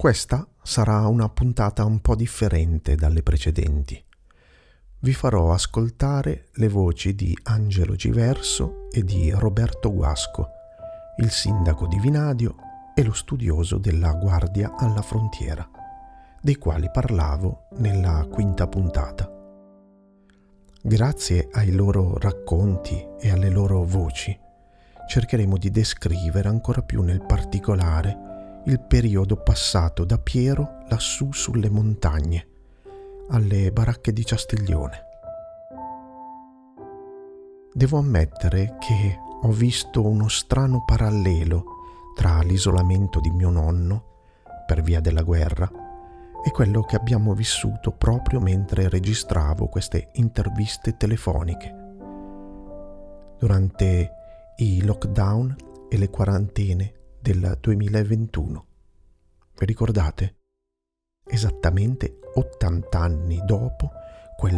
Questa sarà una puntata un po' differente dalle precedenti. Vi farò ascoltare le voci di Angelo Giverso e di Roberto Guasco, il sindaco di Vinadio e lo studioso della Guardia alla Frontiera, dei quali parlavo nella quinta puntata. Grazie ai loro racconti e alle loro voci, cercheremo di descrivere ancora più nel particolare il periodo passato da Piero lassù sulle montagne, alle baracche di Castiglione. Devo ammettere che ho visto uno strano parallelo tra l'isolamento di mio nonno, per via della guerra, e quello che abbiamo vissuto proprio mentre registravo queste interviste telefoniche. Durante i lockdown e le quarantene del 2021. Vi ricordate? Esattamente 80 anni dopo quel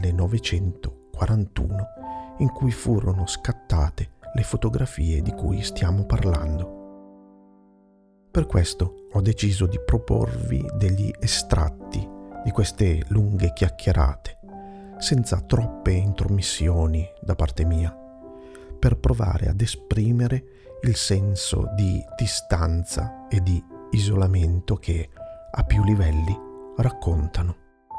1941 in cui furono scattate le fotografie di cui stiamo parlando. Per questo ho deciso di proporvi degli estratti di queste lunghe chiacchierate, senza troppe intromissioni da parte mia, per provare ad esprimere il senso di distanza e di isolamento che, a più livelli, raccontano.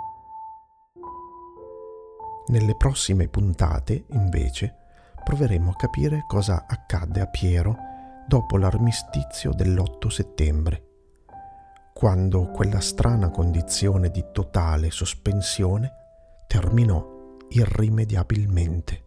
Nelle prossime puntate, invece, proveremo a capire cosa accadde a Piero dopo l'armistizio dell'8 settembre, quando quella strana condizione di totale sospensione terminò irrimediabilmente.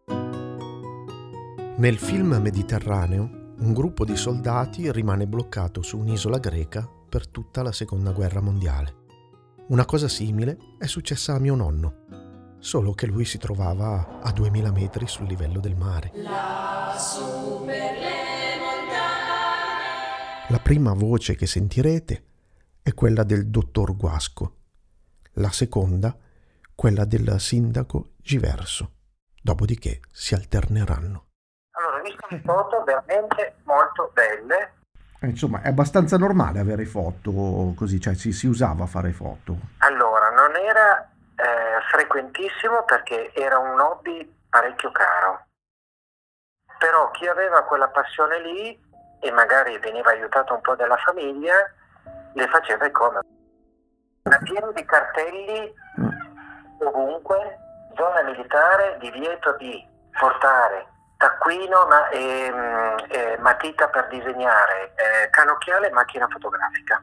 Nel film mediterraneo, un gruppo di soldati rimane bloccato su un'isola greca per tutta la Seconda Guerra Mondiale. Una cosa simile è successa a mio nonno, solo che lui si trovava a 2000 metri sul livello del mare. Lassù per le montagne. La prima voce che sentirete è quella del dottor Guasco, la seconda quella del sindaco Giverso, dopodiché si alterneranno. Le foto veramente molto belle. Insomma, è abbastanza normale avere foto così, cioè si usava fare foto. Allora, non era frequentissimo perché era un hobby parecchio caro. Però chi aveva quella passione lì e magari veniva aiutato un po' dalla famiglia, le faceva come. Era pieno di cartelli ovunque, zona militare, divieto di portare taccuino, matita per disegnare, cannocchiale e macchina fotografica.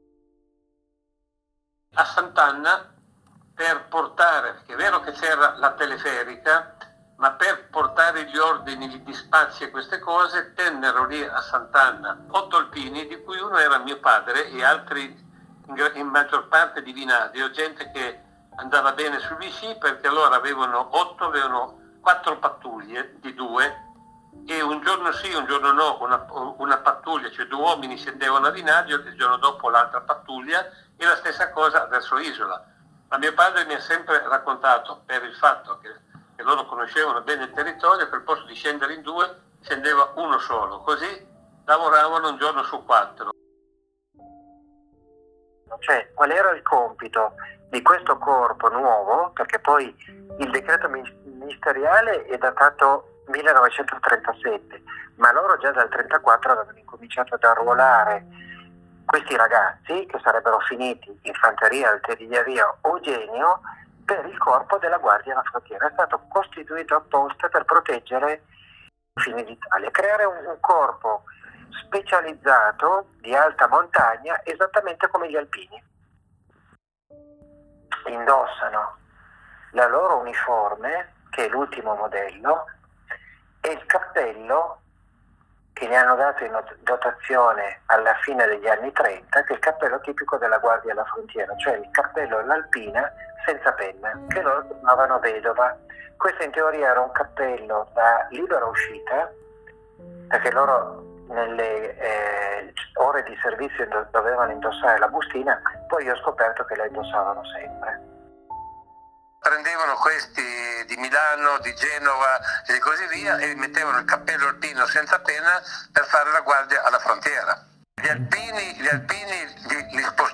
A Sant'Anna per portare, perché è vero che c'era la teleferica, ma per portare gli ordini, gli dispacci e queste cose tennero lì a Sant'Anna 8 alpini, di cui uno era mio padre e altri in maggior parte di Vinadio, gente che andava bene sul VC perché allora avevano 4 pattuglie di 2 e un giorno sì, un giorno no, una pattuglia, cioè 2 uomini scendevano a Vinadio, il giorno dopo l'altra pattuglia e la stessa cosa verso Isola. Ma mio padre mi ha sempre raccontato, per il fatto che loro conoscevano bene il territorio, che al posto di scendere in 2 scendeva uno solo, così lavoravano un giorno su 4. Cioè, qual era il compito di questo corpo nuovo, perché poi il decreto ministeriale è datato 1937, ma loro già dal 1934 avevano incominciato ad arruolare questi ragazzi che sarebbero finiti in fanteria, artiglieria o genio per il corpo della Guardia alla Frontiera. È stato costituito apposta per proteggere i fini d'Italia, creare un corpo specializzato di alta montagna esattamente come gli alpini. Indossano la loro uniforme, che è l'ultimo modello, e il cappello che ne hanno dato in dotazione alla fine degli anni 30, che è il cappello tipico della Guardia alla Frontiera, cioè il cappello all'alpina senza penna, che loro chiamavano vedova. Questo in teoria era un cappello da libera uscita, perché loro nelle ore di servizio dovevano indossare la bustina, poi io ho scoperto che la indossavano sempre. Prendevano questi di Milano, di Genova e così via e mettevano il cappello alpino senza penna per fare la guardia alla frontiera. Gli alpini li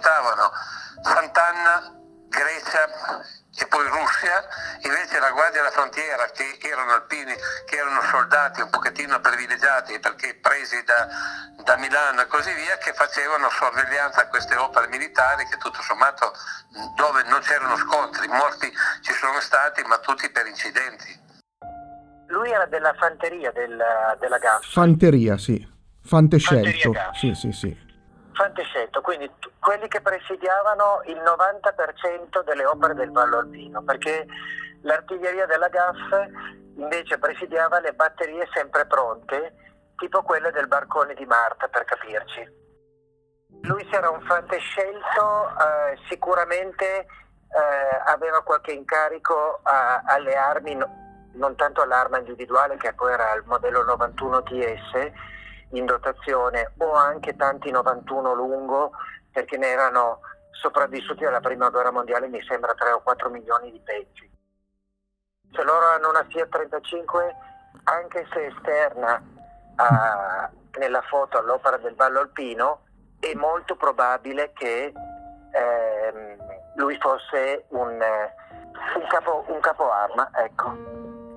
frontiera, che erano alpini, che erano soldati un pochettino privilegiati perché presi da Milano e così via, che facevano sorveglianza a queste opere militari che tutto sommato, dove non c'erano scontri, morti ci sono stati, ma tutti per incidenti. Lui era della fanteria della GAF. Fanteria, sì. Fantescelto. Fanteria Sì. Fantescelto, quindi quelli che presidiavano il 90% delle opere del Vallo Alpino, perché l'artiglieria della GAF invece presidiava le batterie sempre pronte, tipo quelle del barcone di Marta, per capirci. Lui si era un fantescelto, sicuramente aveva qualche incarico alle armi, non tanto all'arma individuale, che poi era il modello 91 TS in dotazione, o anche tanti 91 lungo, perché ne erano sopravvissuti alla prima guerra mondiale, mi sembra 3 o 4 milioni di pezzi. Se loro hanno una Fiat 35, anche se esterna nella foto all'opera del Vallo Alpino, è molto probabile che lui fosse un capo arma, ecco.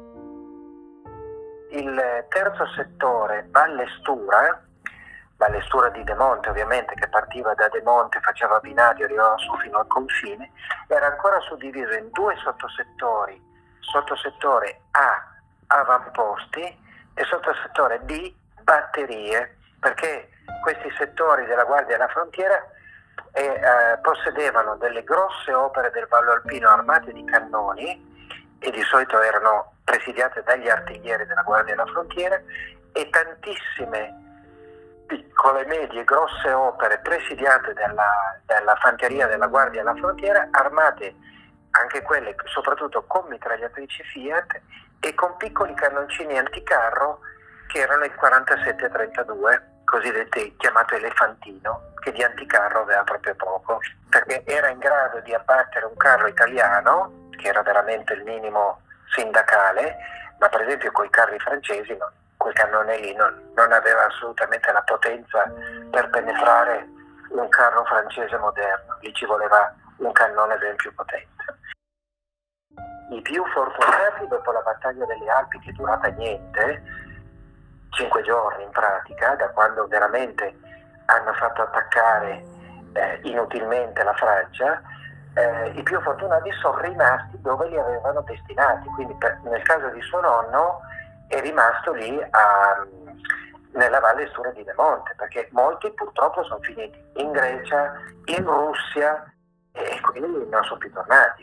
Il terzo settore, Ballestura di De Monte, ovviamente, che partiva da De Monte, faceva binario, arrivava su fino al confine, era ancora suddiviso in 2 sottosettori: sottosettore A, avamposti, e sottosettore B, batterie, perché questi settori della Guardia della Frontiera possedevano delle grosse opere del Vallo Alpino armate di cannoni, e di solito erano presidiate dagli artiglieri della Guardia della Frontiera, e tantissime piccole, medie, grosse opere presidiate dalla fanteria della Guardia della Frontiera, armate anche quelle soprattutto con mitragliatrici Fiat e con piccoli cannoncini anticarro che erano il 47-32, cosiddetti, chiamato elefantino, che di anticarro aveva proprio poco, perché era in grado di abbattere un carro italiano, che era veramente il minimo sindacale, ma per esempio con i carri francesi quel cannone lì non aveva assolutamente la potenza per penetrare un carro francese moderno, lì ci voleva un cannone ben più potente. I più fortunati, dopo la battaglia delle Alpi, che è durata niente, 5 giorni in pratica, da quando veramente hanno fatto attaccare inutilmente la Francia, i più fortunati sono rimasti dove li avevano destinati, quindi nel caso di suo nonno è rimasto lì nella Valle Stura di De Monte, perché molti purtroppo sono finiti in Grecia, in Russia, e quindi non sono più tornati.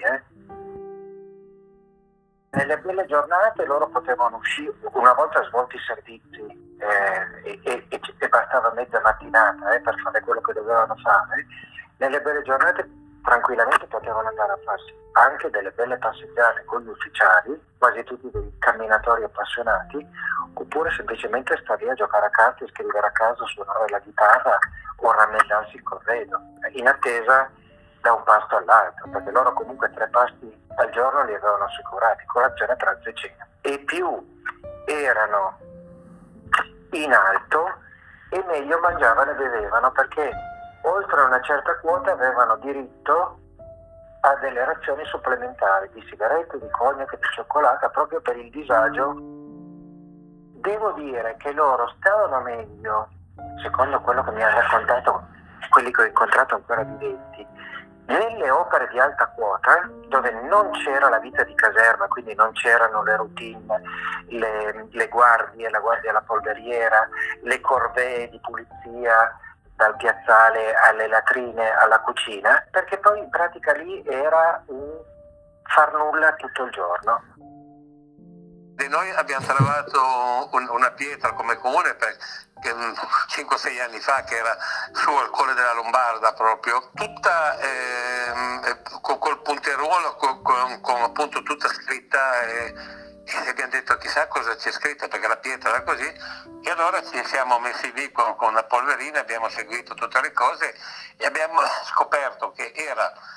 Nelle belle giornate loro potevano uscire, una volta svolti i servizi e bastava mezza mattinata per fare quello che dovevano fare, nelle belle giornate tranquillamente potevano andare a farsi anche delle belle passeggiate con gli ufficiali, quasi tutti dei camminatori appassionati, oppure semplicemente stare lì a giocare a carte, scrivere a caso, suonare la chitarra o rammendarsi il corredo, in attesa da un pasto all'altro, perché loro comunque 3 pasti al giorno li avevano assicurati, colazione, pranzo e cena. E più erano in alto e meglio mangiavano e bevevano, perché oltre a una certa quota avevano diritto a delle razioni supplementari di sigarette, di cognac e di cioccolata, proprio per il disagio. Devo dire che loro stavano meglio, secondo quello che mi hanno raccontato quelli che ho incontrato ancora viventi, nelle opere di alta quota, dove non c'era la vita di caserma, quindi non c'erano le routine, le guardie, la guardia alla polveriera, le corvée di pulizia dal piazzale alle latrine alla cucina, perché poi in pratica lì era un far nulla tutto il giorno. E noi abbiamo trovato una pietra come comune 5-6 anni fa, che era su al Colle della Lombarda proprio, tutta col punteruolo, con appunto tutta scritta, e abbiamo detto chissà cosa c'è scritto, perché la pietra era così, e allora ci siamo messi lì con la polverina, abbiamo seguito tutte le cose e abbiamo scoperto che era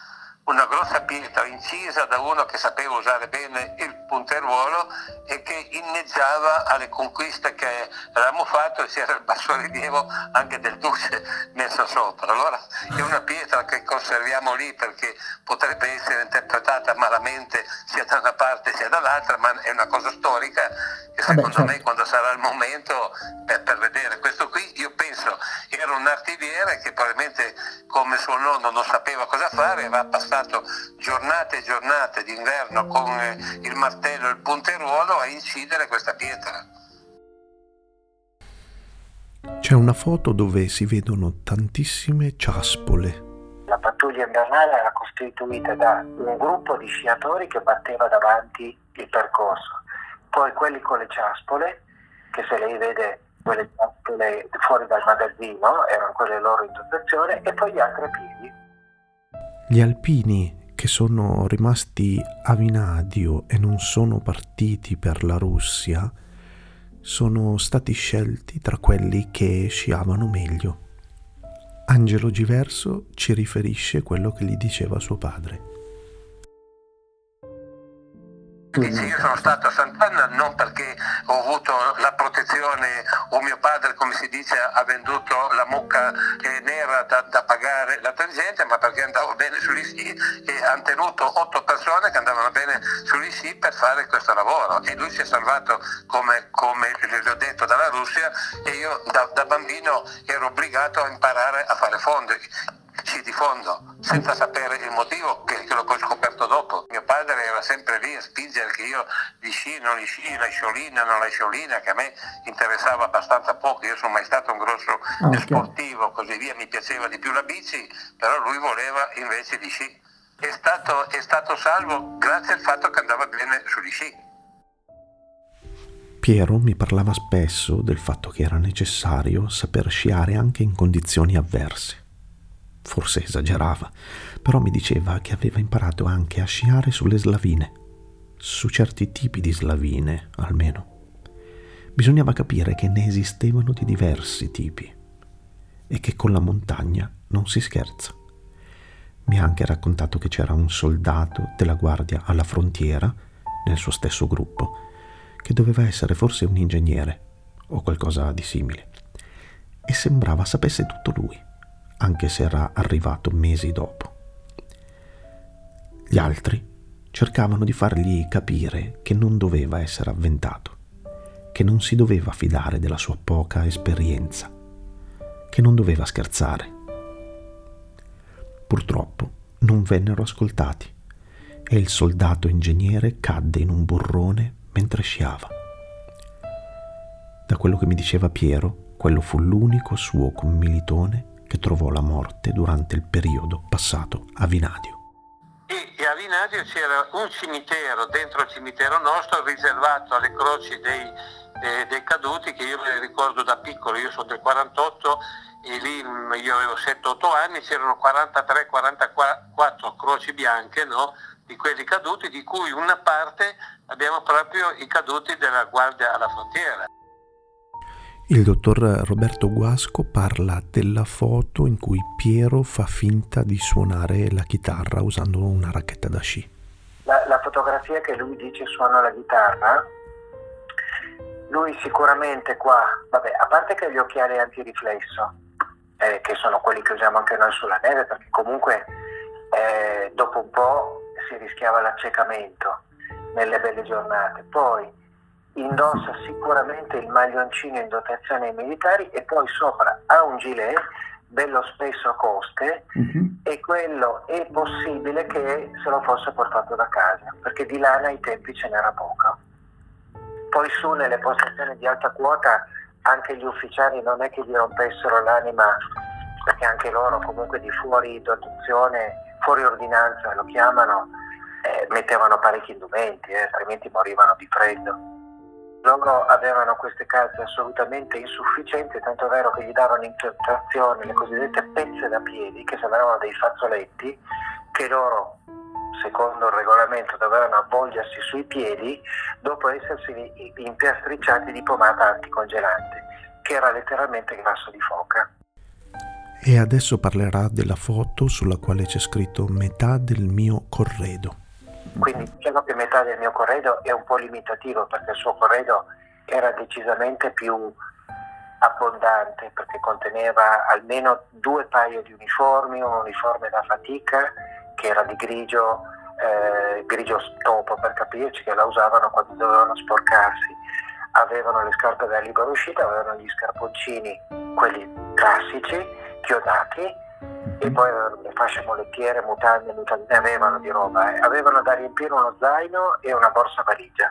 una grossa pietra incisa da uno che sapeva usare bene il punteruolo e che inneggiava alle conquiste che avevamo fatto, e c'era il bassorilievo anche del duce messo sopra. Allora è una pietra che conserviamo lì perché potrebbe essere interpretata malamente sia da una parte sia dall'altra, ma è una cosa storica e secondo me quando sarà il momento per vedere questo qui, io penso era un artigliere che probabilmente come suo nonno non sapeva cosa fare, aveva passato giornate e giornate d'inverno con il martello e il punteruolo a incidere questa pietra. C'è una foto dove si vedono tantissime ciaspole. La pattuglia invernale era costituita da un gruppo di sciatori che batteva davanti il percorso, poi quelli con le ciaspole, che se lei vede quelle ciaspole fuori dal magazzino erano quelle loro in dotazione, e poi gli altri a piedi. Gli alpini che sono rimasti a Vinadio e non sono partiti per la Russia sono stati scelti tra quelli che sciavano meglio. Angelo Giverso ci riferisce quello che gli diceva suo padre. Dice, io sono stato a Sant'Anna non perché ho avuto la protezione o mio padre, come si dice, ha venduto la mucca nera da pagare la tangente, ma perché andavo bene sugli sci e hanno tenuto 8 persone che andavano bene sugli sci per fare questo lavoro, e lui si è salvato come gli ho detto dalla Russia, e io da bambino ero obbligato a imparare a fare fondo. Sci di fondo, senza sapere il motivo, che l'ho poi scoperto dopo. Mio padre era sempre lì a spingere che io di sci, non di sci, la sciolina, non la sciolina, che a me interessava abbastanza poco. Io sono mai stato un grosso sportivo, così via, mi piaceva di più la bici, però lui voleva invece di sci. È stato salvo grazie al fatto che andava bene sugli sci. Piero mi parlava spesso del fatto che era necessario saper sciare anche in condizioni avverse. Forse esagerava, però mi diceva che aveva imparato anche a sciare sulle slavine, su certi tipi di slavine almeno. Bisognava capire che ne esistevano di diversi tipi e che con la montagna non si scherza. Mi ha anche raccontato che c'era un soldato della guardia alla frontiera, nel suo stesso gruppo, che doveva essere forse un ingegnere o qualcosa di simile, e sembrava sapesse tutto lui, anche se era arrivato mesi dopo. Gli altri cercavano di fargli capire che non doveva essere avventato, che non si doveva fidare della sua poca esperienza, che non doveva scherzare. Purtroppo non vennero ascoltati e il soldato ingegnere cadde in un burrone mentre sciava. Da quello che mi diceva Piero, quello fu l'unico suo commilitone che trovò la morte durante il periodo passato a Vinadio. E a Vinadio c'era un cimitero, dentro il cimitero nostro, riservato alle croci dei caduti, che io me ne ricordo da piccolo. Io sono del 48 e lì io avevo 7-8 anni, c'erano 43-44 croci bianche, no? Di quelli caduti, di cui una parte abbiamo proprio i caduti della guardia alla frontiera. Il dottor Roberto Guasco parla della foto in cui Piero fa finta di suonare la chitarra usando una racchetta da sci. La fotografia che lui dice suona la chitarra, lui sicuramente qua, a parte che ha gli occhiali antiriflesso, che sono quelli che usiamo anche noi sulla neve, perché comunque dopo un po' si rischiava l'accecamento nelle belle giornate. Poi indossa sicuramente il maglioncino in dotazione ai militari, e poi sopra ha un gilet bello spesso a coste, e quello è possibile che se lo fosse portato da casa, perché di lana ai tempi ce n'era poca. Poi su nelle postazioni di alta quota anche gli ufficiali non è che gli rompessero l'anima, perché anche loro comunque di fuori dotazione, fuori ordinanza lo chiamano, mettevano parecchi indumenti, altrimenti morivano di freddo. Loro avevano queste case assolutamente insufficienti, tanto è vero che gli davano in trazione le cosiddette pezze da piedi, che sembravano dei fazzoletti, che loro, secondo il regolamento, dovevano avvolgersi sui piedi dopo essersi impiastricciati di pomata anticongelante, che era letteralmente grasso di foca. E adesso parlerà della foto sulla quale c'è scritto metà del mio corredo. Quindi diciamo che metà del mio corredo è un po' limitativo, perché il suo corredo era decisamente più abbondante, perché conteneva almeno 2 paia di uniformi, un uniforme da fatica che era di grigio topo, per capirci, che la usavano quando dovevano sporcarsi. Avevano le scarpe da libera uscita, avevano gli scarponcini, quelli classici, chiodati, e poi avevano le fasce molettiere, mutande, ne avevano di roba. Avevano da riempire uno zaino e una borsa valigia.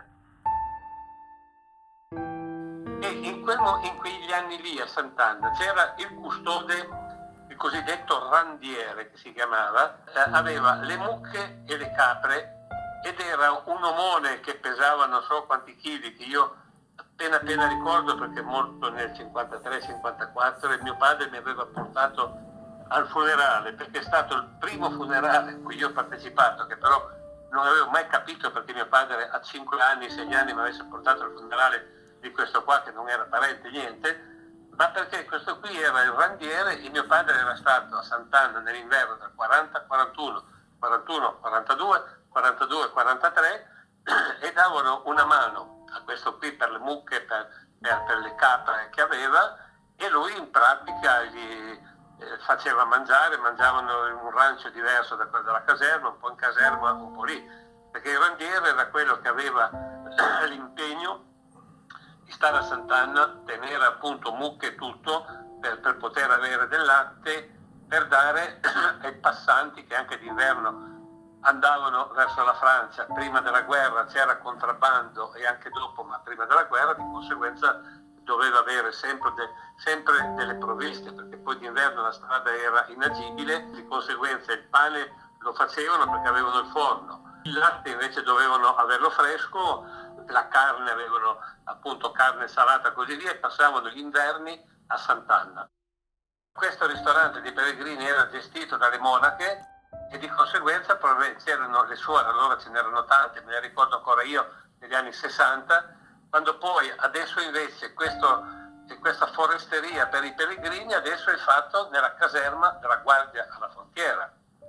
E in quegli anni lì a Sant'Anna c'era il custode, il cosiddetto randiere che si chiamava, aveva le mucche e le capre ed era un omone che pesava non so quanti chili, che io appena ricordo perché è morto nel 53-54 e mio padre mi aveva portato al funerale, perché è stato il primo funerale a cui io ho partecipato, che però non avevo mai capito perché mio padre a 5 anni, 6 anni mi avesse portato al funerale di questo qua che non era parente niente, ma perché questo qui era il randiere e mio padre era stato a Sant'Anna nell'inverno del 40-41, 41-42, 42-43 e davano una mano a questo qui per le mucche, per le capre che aveva, e lui in pratica gli faceva mangiare, mangiavano in un rancio diverso da quello della caserma, un po' in caserma, un po' lì, perché il randiere era quello che aveva l'impegno di stare a Sant'Anna, tenere appunto mucche e tutto per poter avere del latte per dare ai passanti che anche d'inverno andavano verso la Francia. Prima della guerra c'era contrabbando e anche dopo, ma prima della guerra di conseguenza doveva avere sempre delle provviste, perché poi d'inverno la strada era inagibile, di conseguenza il pane lo facevano perché avevano il forno, il latte invece dovevano averlo fresco, la carne avevano appunto carne salata e così via, e passavano gli inverni a Sant'Anna. Questo ristorante dei pellegrini era gestito dalle monache e di conseguenza c'erano le suore, allora ce n'erano tante, me ne ricordo ancora io negli anni 60, quando poi adesso invece questa foresteria per i pellegrini adesso è fatto nella caserma della Guardia alla Frontiera.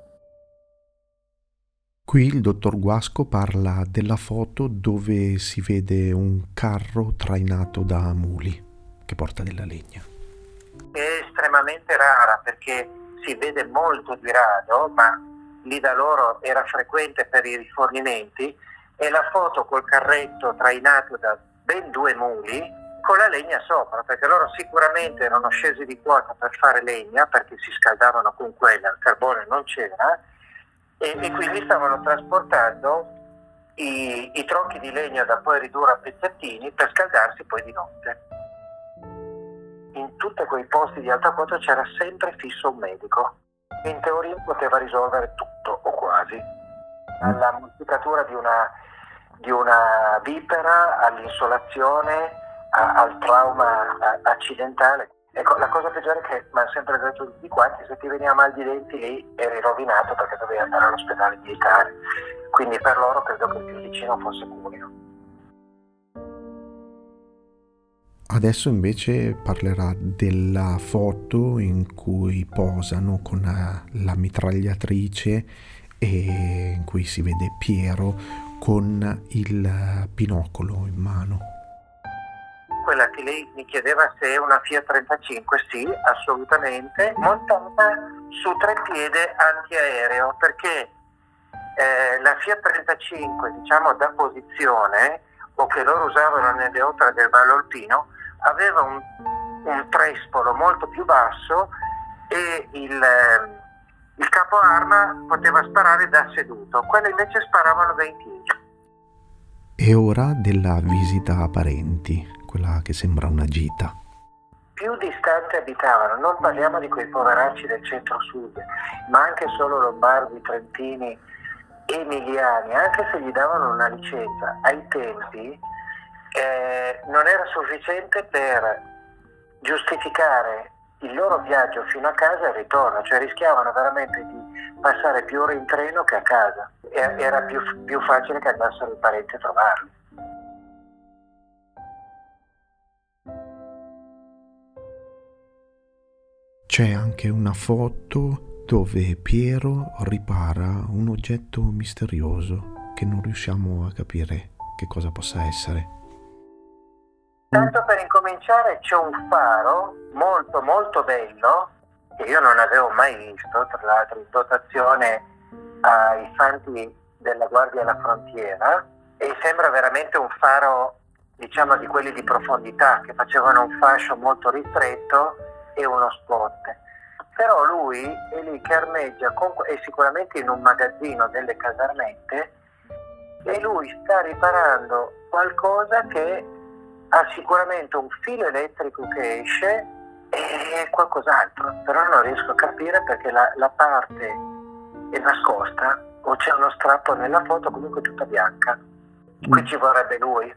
Qui il dottor Guasco parla della foto dove si vede un carro trainato da muli che porta della legna. È estremamente rara perché si vede molto di rado, ma lì da loro era frequente per i rifornimenti, e la foto col carretto trainato da ben 2 muli con la legna sopra, perché loro sicuramente erano scesi di quota per fare legna, perché si scaldavano con quella, il carbone non c'era, e quindi stavano trasportando i tronchi di legno da poi ridurre a pezzettini per scaldarsi poi di notte. In tutti quei posti di alta quota c'era sempre fisso un medico, che in teoria poteva risolvere tutto o quasi, dalla modificatura di una vipera all'insolazione al trauma accidentale. Ecco, la cosa peggiore è che mi hanno sempre detto tutti quanti, se ti veniva mal di denti lì eri rovinato perché dovevi andare all'ospedale militare, quindi per loro credo che il più vicino fosse Cuneo. Adesso invece parlerà della foto in cui posano con la mitragliatrice e in cui si vede Piero con il binocolo in mano. Quella che lei mi chiedeva se è una Fiat 35, sì, assolutamente, montata su treppiede antiaereo, perché la Fiat 35, diciamo da posizione, o che loro usavano nelle opere del Vallo Alpino, aveva un trespolo molto più basso e il capo arma poteva sparare da seduto, quelle invece sparavano da in piedi. E ora della visita a parenti, quella che sembra una gita. Più distante abitavano, non parliamo di quei poveracci del centro-sud, ma anche solo lombardi, trentini, emiliani, anche se gli davano una licenza, ai tempi non era sufficiente per giustificare il loro viaggio fino a casa e il ritorno, cioè rischiavano veramente di passare più ore in treno che a casa, era più facile che andassero i parenti a trovarli. C'è anche una foto dove Piero ripara un oggetto misterioso che non riusciamo a capire che cosa possa essere. Tanto per incominciare c'è un faro molto molto bello che io non avevo mai visto, tra l'altro in dotazione ai fanti della Guardia alla Frontiera, e sembra veramente un faro, diciamo, di quelli di profondità che facevano un fascio molto ristretto e uno spot. Però lui è lì che armeggia, è sicuramente in un magazzino delle casermette, e lui sta riparando qualcosa che ha sicuramente un filo elettrico che esce e qualcos'altro, però non riesco a capire perché la parte è nascosta o c'è uno strappo nella foto, comunque tutta bianca. Qui ci vorrebbe lui.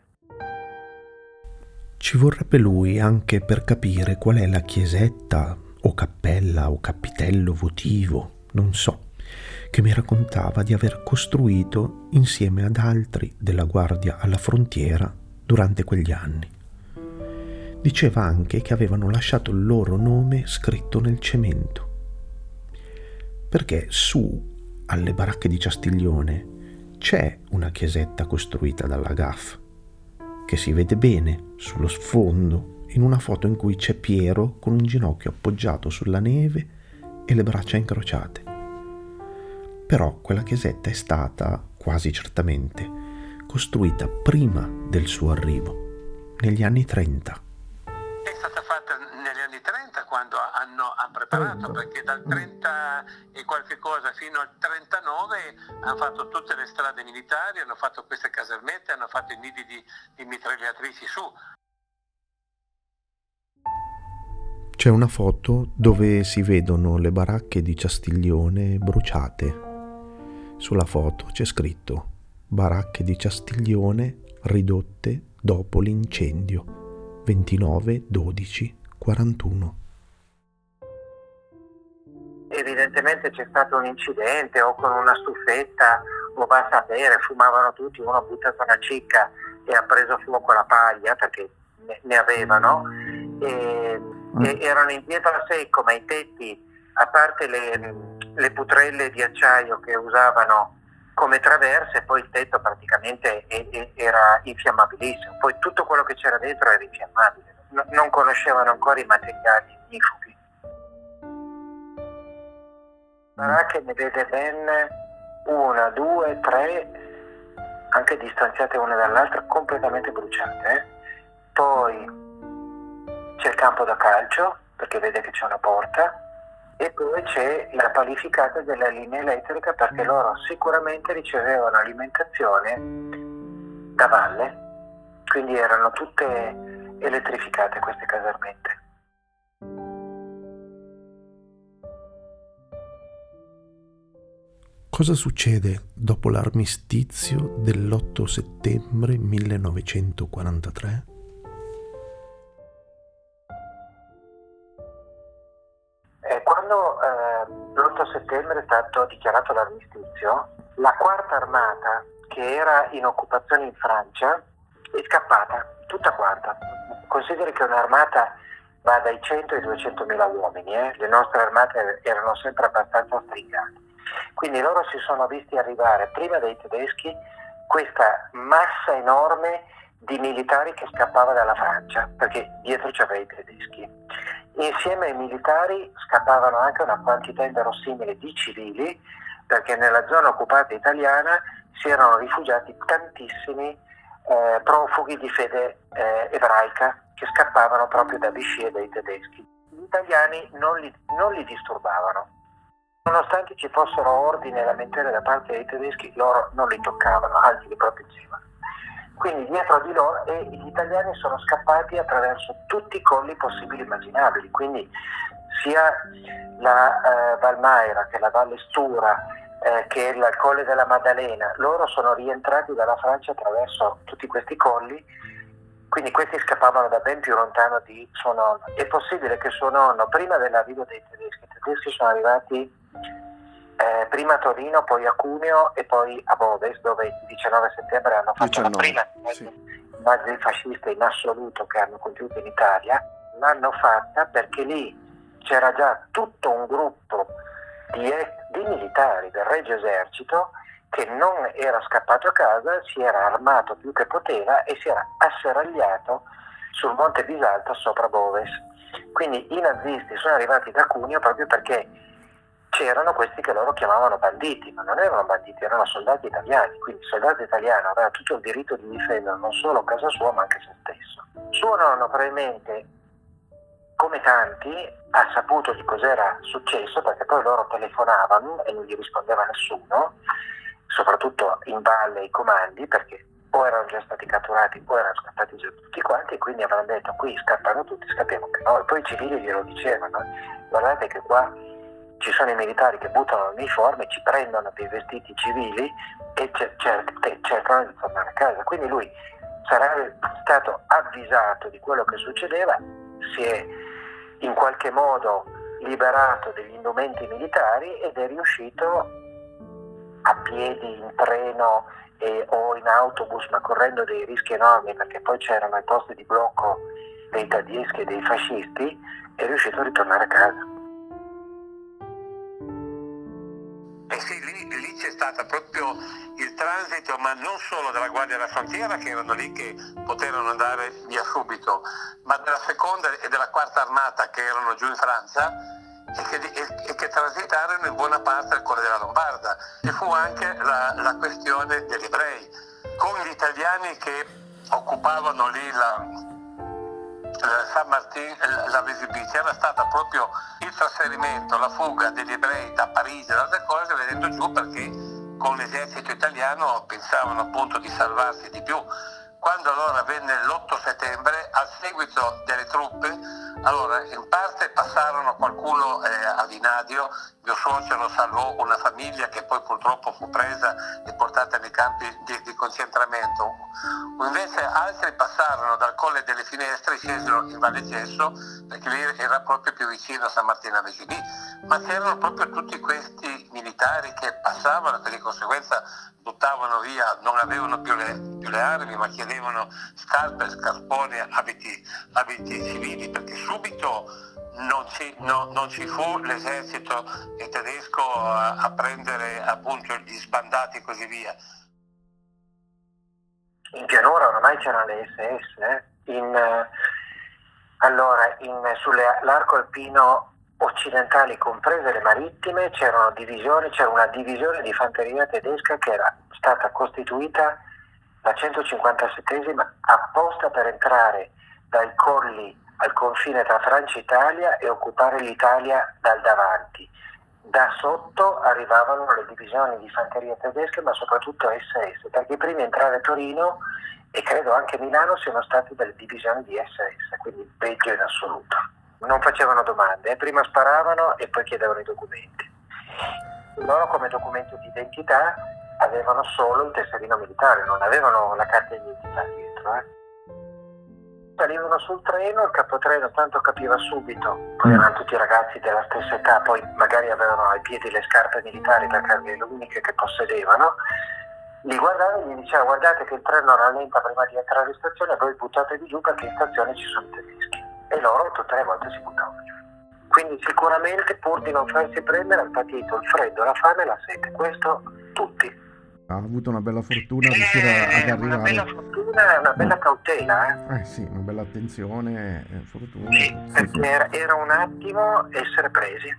Ci vorrebbe lui anche per capire qual è la chiesetta o cappella o cappitello votivo, non so, che mi raccontava di aver costruito insieme ad altri della Guardia alla Frontiera durante quegli anni. Diceva anche che avevano lasciato il loro nome scritto nel cemento, perché su alle baracche di Castiglione c'è una chiesetta costruita dalla GAF, che si vede bene sullo sfondo in una foto in cui c'è Piero con un ginocchio appoggiato sulla neve e le braccia incrociate. Però quella chiesetta è stata, quasi certamente, costruita prima del suo arrivo, negli anni 30. È stata fatta negli anni 30 quando hanno preparato, perché dal 30 e qualche cosa fino al 39 hanno fatto tutte le strade militari, hanno fatto queste casermette, hanno fatto i nidi di mitragliatrici su. C'è una foto dove si vedono le baracche di Castiglione bruciate. Sulla foto c'è scritto baracche di Castiglione ridotte dopo l'incendio 29/12/41. Evidentemente c'è stato un incidente o con una stufetta o va a sapere, fumavano tutti, uno ha buttato una cicca e ha preso fuoco la paglia perché ne avevano, e erano in pietra a secco, ma i tetti, a parte le putrelle di acciaio che usavano come traverse, poi il tetto praticamente era infiammabilissimo, poi tutto quello che c'era dentro era infiammabile, non conoscevano ancora i materiali ignifughi. Baracche ne vede ben 1, 2, 3, anche distanziate una dall'altra, completamente bruciate. Poi c'è il campo da calcio, perché vede che c'è una porta, e poi c'è la palificata della linea elettrica, perché loro sicuramente ricevevano alimentazione da valle, quindi erano tutte elettrificate queste casermette. Cosa succede dopo l'armistizio dell'8 settembre 1943? Quando l'8 settembre è stato dichiarato l'armistizio, la quarta armata, che era in occupazione in Francia, è scappata, tutta quarta. Consideri che un'armata va dai 100 ai 200 mila uomini, le nostre armate erano sempre abbastanza stringate. Quindi loro si sono visti arrivare prima dai tedeschi questa massa enorme di militari che scappava dalla Francia, perché dietro c'aveva i tedeschi. Insieme ai militari scappavano anche una quantità inverosimile di civili, perché nella zona occupata italiana si erano rifugiati tantissimi profughi di fede ebraica che scappavano proprio da Vichy e dai tedeschi. Gli italiani non li disturbavano. Nonostante ci fossero ordini e lamentele da parte dei tedeschi, loro non li toccavano, anzi li proteggevano. Quindi dietro di loro, e gli italiani sono scappati attraverso tutti i colli possibili e immaginabili, quindi sia la Valmaera che la Valle Stura, che il Colle della Maddalena, loro sono rientrati dalla Francia attraverso tutti questi colli, quindi questi scappavano da ben più lontano di suo nonno. È possibile che suo nonno, prima dell'arrivo dei tedeschi, i tedeschi sono arrivati prima a Torino, poi a Cuneo e poi a Boves, dove il 19 settembre hanno fatto la prima nazifascista in assoluto che hanno compiuto in Italia. L'hanno fatta perché lì c'era già tutto un gruppo di militari del Regio Esercito che non era scappato a casa, si era armato più che poteva e si era asserragliato sul Monte Bisalto sopra Boves. Quindi i nazisti sono arrivati da Cuneo proprio perché c'erano questi che loro chiamavano banditi, ma non erano banditi, erano soldati italiani, quindi il soldato italiano aveva tutto il diritto di difendere non solo casa sua ma anche se stesso. Suo nonno probabilmente, come tanti, ha saputo di cos'era successo perché poi loro telefonavano e non gli rispondeva nessuno, soprattutto in valle i comandi, perché o erano già stati catturati o erano scappati già tutti quanti e quindi avevano detto qui scappano tutti, scappiamo anche noi. Poi i civili glielo dicevano, guardate che qua ci sono i militari che buttano l'uniforme, ci prendono dei vestiti civili e cercano di tornare a casa. Quindi lui sarà stato avvisato di quello che succedeva, si è in qualche modo liberato degli indumenti militari ed è riuscito a piedi, in treno o in autobus, ma correndo dei rischi enormi perché poi c'erano i posti di blocco dei tedeschi e dei fascisti, è riuscito a ritornare a casa. Sì, lì c'è stato proprio il transito, ma non solo della Guardia della Frontiera, che erano lì che poterono andare via subito, ma della seconda e della quarta armata che erano giù in Francia e che transitarono in buona parte del cuore della Lombarda. E fu anche la questione degli ebrei, con gli italiani che occupavano lì San Martin, la Vesubì. C'era stata proprio il trasferimento, la fuga degli ebrei da Parigi e da altre cose venendo giù perché con l'esercito italiano pensavano appunto di salvarsi di più. Quando allora venne l'8 settembre, al seguito delle truppe, allora in parte passarono qualcuno a Vinadio, mio suocero salvò una famiglia che poi purtroppo fu presa e portata nei campi di concentramento. Invece altri passarono dal Colle delle Finestre e scesero in Valle Gesso perché lì era proprio più vicino a San Martino a Vesubì. Ma c'erano proprio tutti questi militari che passavano e di conseguenza buttavano via, non avevano più le armi, ma chiedevano scarpe, scarponi, abiti civili, perché subito non ci fu l'esercito tedesco a prendere appunto gli sbandati e così via. In pianura ormai c'erano le SS, sull'arco alpino occidentali, comprese le marittime, c'era una divisione di fanteria tedesca che era stata costituita la 157esima apposta per entrare dai colli al confine tra Francia e Italia e occupare l'Italia dal davanti. Da sotto arrivavano le divisioni di fanteria tedesche, ma soprattutto SS, perché i primi a entrare a Torino e credo anche Milano siano stati delle divisioni di SS, quindi peggio in assoluto. Non facevano domande, prima sparavano e poi chiedevano i documenti. Loro come documento di identità avevano solo il tesserino militare, non avevano la carta di identità dietro. Salivano sul treno, il capotreno tanto capiva subito, poi erano tutti ragazzi della stessa età, poi magari avevano ai piedi le scarpe militari perché erano le uniche che possedevano, li guardava e gli diceva guardate che il treno rallenta prima di entrare in stazione, voi buttatevi giù perché in stazione ci sono i tedeschi. E loro tutte le volte si buttavano giù. Quindi sicuramente pur di non farsi prendere hanno patito il freddo, la fame e la sete, questo tutti. Ha avuto una bella fortuna riuscire ad arrivare. Una bella fortuna e una bella cautela. Sì, una bella attenzione e fortuna. Sì, perché era un attimo essere presi.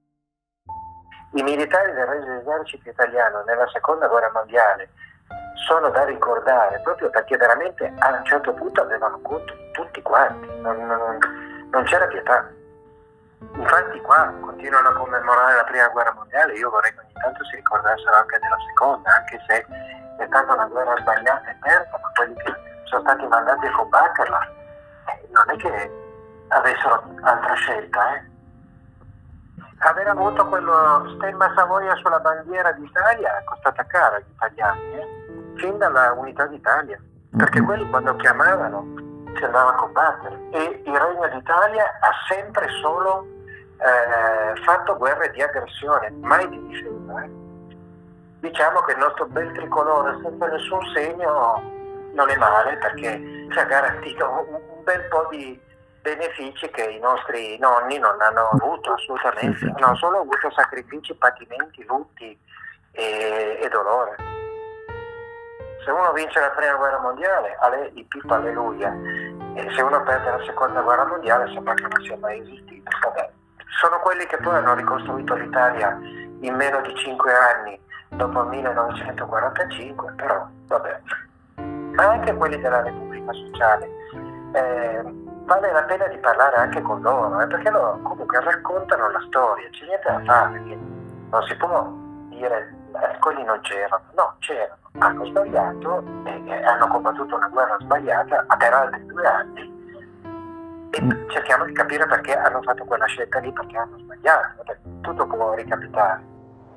I militari del Regio Esercito Italiano nella Seconda Guerra Mondiale sono da ricordare proprio perché veramente a un certo punto avevano conto tutti quanti, non c'era pietà. Infatti qua continuano a commemorare la Prima Guerra Mondiale, io vorrei che ogni tanto si ricordassero anche della Seconda, anche se è stata una guerra sbagliata e persa, ma quelli che sono stati mandati a combatterla non è che avessero altra scelta. Aver avuto quello stemma Savoia sulla bandiera d'Italia è costata cara agli italiani, fin dalla Unità d'Italia, perché quelli quando chiamavano si andava a combattere e il Regno d'Italia ha sempre solo fatto guerre di aggressione, mai di difesa. Diciamo che il nostro bel tricolore senza nessun segno non è male perché ci ha garantito un bel po' di benefici che i nostri nonni non hanno avuto assolutamente, Sì. hanno solo avuto sacrifici, patimenti, lutti e dolore. Se uno vince la prima guerra mondiale, il alleluia, e se uno perde la seconda guerra mondiale sembra che non sia mai esistito. Vabbè. Sono quelli che poi hanno ricostruito l'Italia in meno di 5 anni dopo il 1945, però vabbè. Ma anche quelli della Repubblica Sociale. Vale la pena di parlare anche con loro, perché loro comunque raccontano la storia, c'è niente da fare, perché non si può dire quelli non c'erano, no, c'erano, hanno sbagliato e hanno combattuto una guerra sbagliata per altri 2 anni e cerchiamo di capire perché hanno fatto quella scelta lì, perché hanno sbagliato, perché tutto può ricapitare.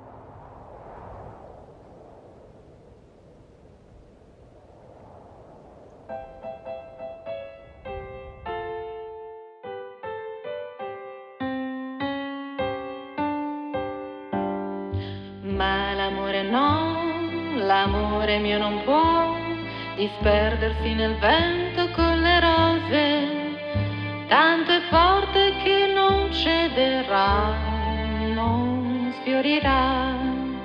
Ma l'amore no, l'amore mio non può disperdersi nel vento con le rose, tanto è forte che non cederà, non sfiorirà.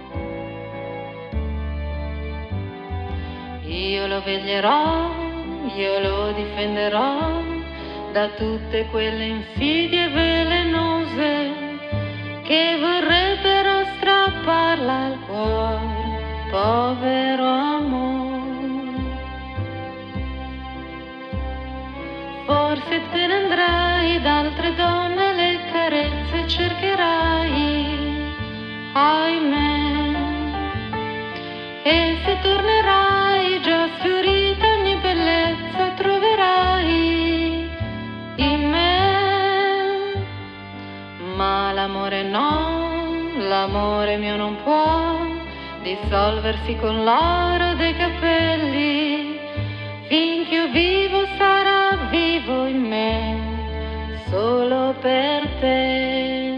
Io lo veglierò, io lo difenderò da tutte quelle insidie velenose che vorrebbero strapparla al cuore, povero amore. Forse te ne andrai da altre donne, le carezze cercherai, ahimè. E se tornerai già sfiorita ogni bellezza troverai in me. Ma l'amore no, l'amore mio non può dissolversi con l'oro dei capelli. Finché io vivo sarà vivo in me, solo per te.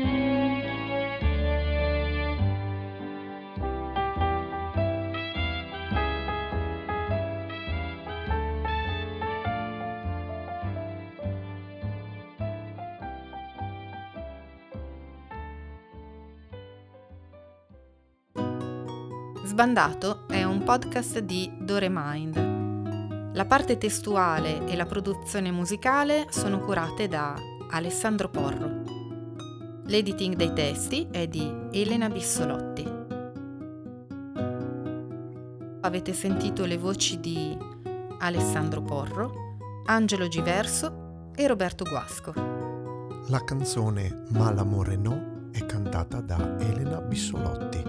Sbandato è un podcast di Doremind. La parte testuale e la produzione musicale sono curate da Alessandro Porro. L'editing dei testi è di Elena Bissolotti. Avete sentito le voci di Alessandro Porro, Angelo Giverso e Roberto Guasco. La canzone Ma l'amore no è cantata da Elena Bissolotti.